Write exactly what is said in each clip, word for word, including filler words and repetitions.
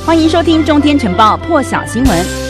欢迎收听《中天晨报》破晓新闻。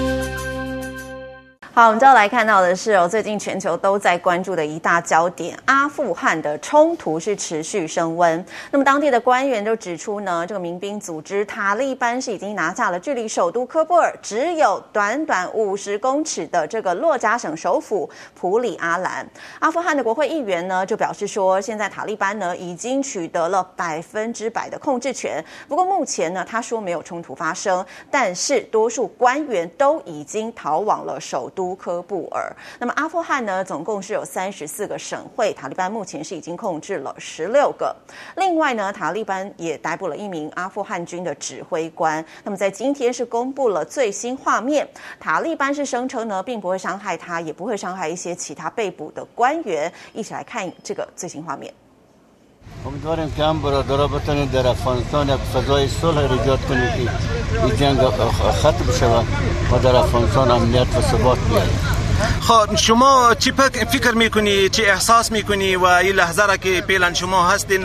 好，我们就要来看到的是哦，最近全球都在关注的一大焦点，阿富汗的冲突是持续升温。那么当地的官员就指出呢，这个民兵组织塔利班是已经拿下了距离首都科布尔只有短短五十公尺的这个洛加省首府普里阿兰。阿富汗的国会议员呢就表示说，现在塔利班呢已经取得了百分之百的控制权。不过目前呢，他说没有冲突发生，但是多数官员都已经逃往了首都科布尔。那么阿富汗呢，总共是有三十四个省会，塔利班目前是已经控制了十六个。另外呢，塔利班也逮捕了一名阿富汗军的指挥官。那么在今天是公布了最新画面，塔利班是声称呢，并不会伤害他，也不会伤害一些其他被捕的官员。一起来看这个最新画面。 امیدواریم که هم برادرها بتونید در افغانستان یک فضای صلح ایجاد کنید که این جنگ ختم شود و در افغانستان امنیت و ثبات بیاید. خب شما چی فکر میکنی، چی احساس میکنی و این لحظه را که فعلا شما هستین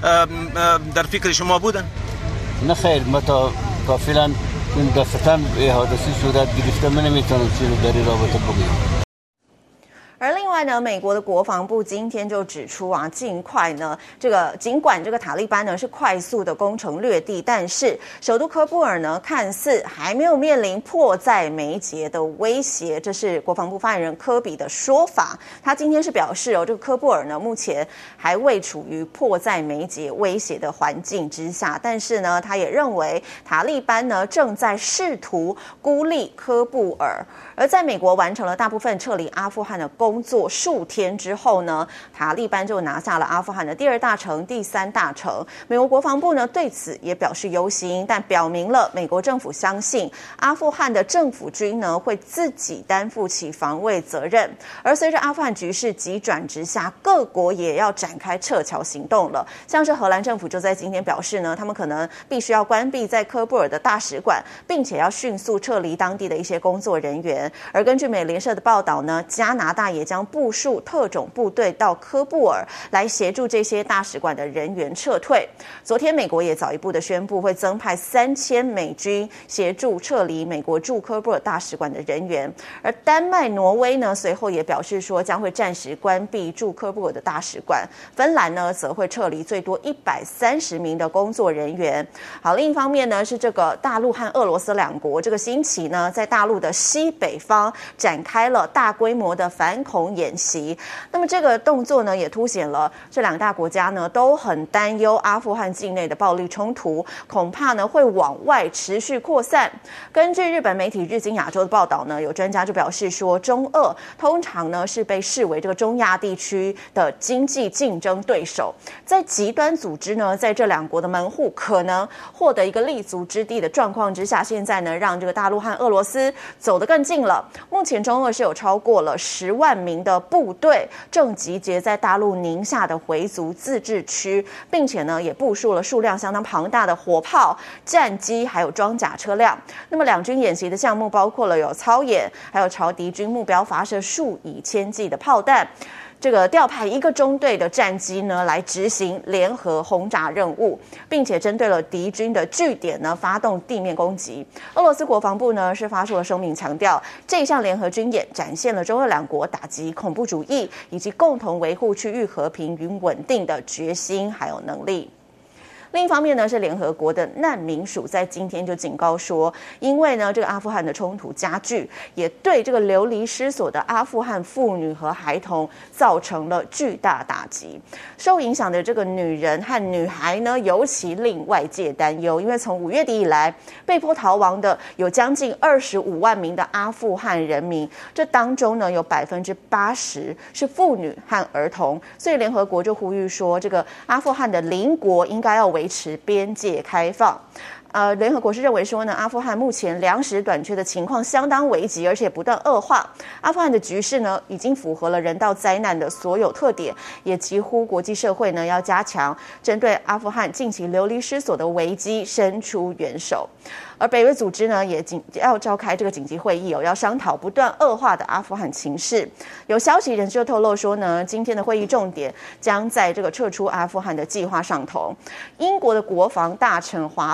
در فکر شما بودن؟ نه خیر، ما تا کافلا این دفتن به حادثی صورت گرفته من نمیتونم چیزی در این رابطه بگم。 而另外呢，美国的国防部今天就指出啊，尽快呢，这个尽管这个塔利班呢是快速的攻城略地，但是首都科布尔呢看似还没有面临迫在眉睫的威胁，这是国防部发言人科比的说法。他今天是表示哦，这个科布尔呢目前还未处于迫在眉睫威胁的环境之下，但是呢，他也认为塔利班呢正在试图孤立科布尔。而在美国完成了大部分撤离阿富汗的工作数天之后呢，塔利班就拿下了阿富汗的第二大城、第三大城。美国国防部呢对此也表示忧心，但表明了美国政府相信阿富汗的政府军呢会自己担负起防卫责任。而随着阿富汗局势急转直下，各国也要展开撤侨行动了。像是荷兰政府就在今天表示呢，他们可能必须要关闭在科布尔的大使馆，并且要迅速撤离当地的一些工作人员。而根据美联社的报道呢，加拿大也将部署特种部队到科布尔来协助这些大使馆的人员撤退。昨天美国也早一步的宣布会增派三千美军协助撤离美国驻科布尔大使馆的人员。而丹麦、挪威呢随后也表示说将会暂时关闭驻科布尔的大使馆。芬兰呢则会撤离最多一百三十名的工作人员。好，另一方面呢是这个大陆和俄罗斯两国这个星期呢在大陆的西北方展开了大规模的反恐演习。那么这个动作呢也凸显了这两大国家呢都很担忧阿富汗境内的暴力冲突恐怕呢会往外持续扩散。根据日本媒体日经亚洲的报道呢，有专家就表示说，中俄通常呢是被视为这个中亚地区的经济竞争对手，在极端组织呢在这两国的门户可能获得一个立足之地的状况之下，现在呢让这个大陆和俄罗斯走得更近了。目前中俄是有超过了十万名的部队正集结在大陆宁夏的回族自治区，并且呢也部署了数量相当庞大的火炮、战机还有装甲车辆。那么两军演习的项目包括了有操演，还有朝敌军目标发射数以千计的炮弹。这个调派一个中队的战机呢来执行联合轰炸任务，并且针对了敌军的据点呢发动地面攻击。俄罗斯国防部呢是发出了声明，强调这一项联合军演展现了中俄两国打击恐怖主义以及共同维护区域和平与稳定的决心还有能力。另一方面呢，是联合国的难民署在今天就警告说，因为呢这个阿富汗的冲突加剧，也对这个流离失所的阿富汗妇女和孩童造成了巨大打击。受影响的这个女人和女孩呢，尤其令外界担忧，因为从五月底以来，被迫逃亡的有将近二十五万名的阿富汗人民，这当中呢有百分之八十是妇女和儿童，所以联合国就呼吁说，这个阿富汗的邻国应该要维维持边界开放。呃，联合国是认为说呢，阿富汗目前粮食短缺的情况相当危急，而且不断恶化。阿富汗的局势呢，已经符合了人道灾难的所有特点，也几乎国际社会呢要加强针对阿富汗近期流离失所的危机伸出援手。而北约组织呢也紧要召开这个紧急会议哦，要商讨不断恶化的阿富汗情势。有消息人士就透露说呢，今天的会议重点将在这个撤出阿富汗的计划上头。英国的国防大臣华勒斯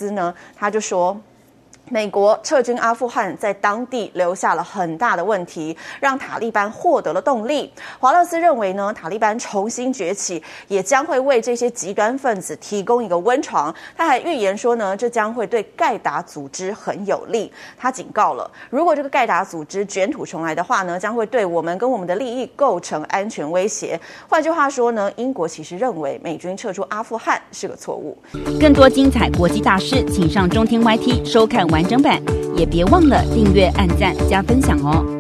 斯呢，他就说，美国撤军阿富汗在当地留下了很大的问题，让塔利班获得了动力。华勒斯认为呢，塔利班重新崛起也将会为这些极端分子提供一个温床。他还预言说呢，这将会对盖达组织很有利。他警告了，如果这个盖达组织卷土重来的话呢，将会对我们跟我们的利益构成安全威胁。换句话说呢，英国其实认为美军撤出阿富汗是个错误。 更多精彩国际大事，请上中天 Y T 收看完整版，也别忘了订阅、按赞、加分享哦。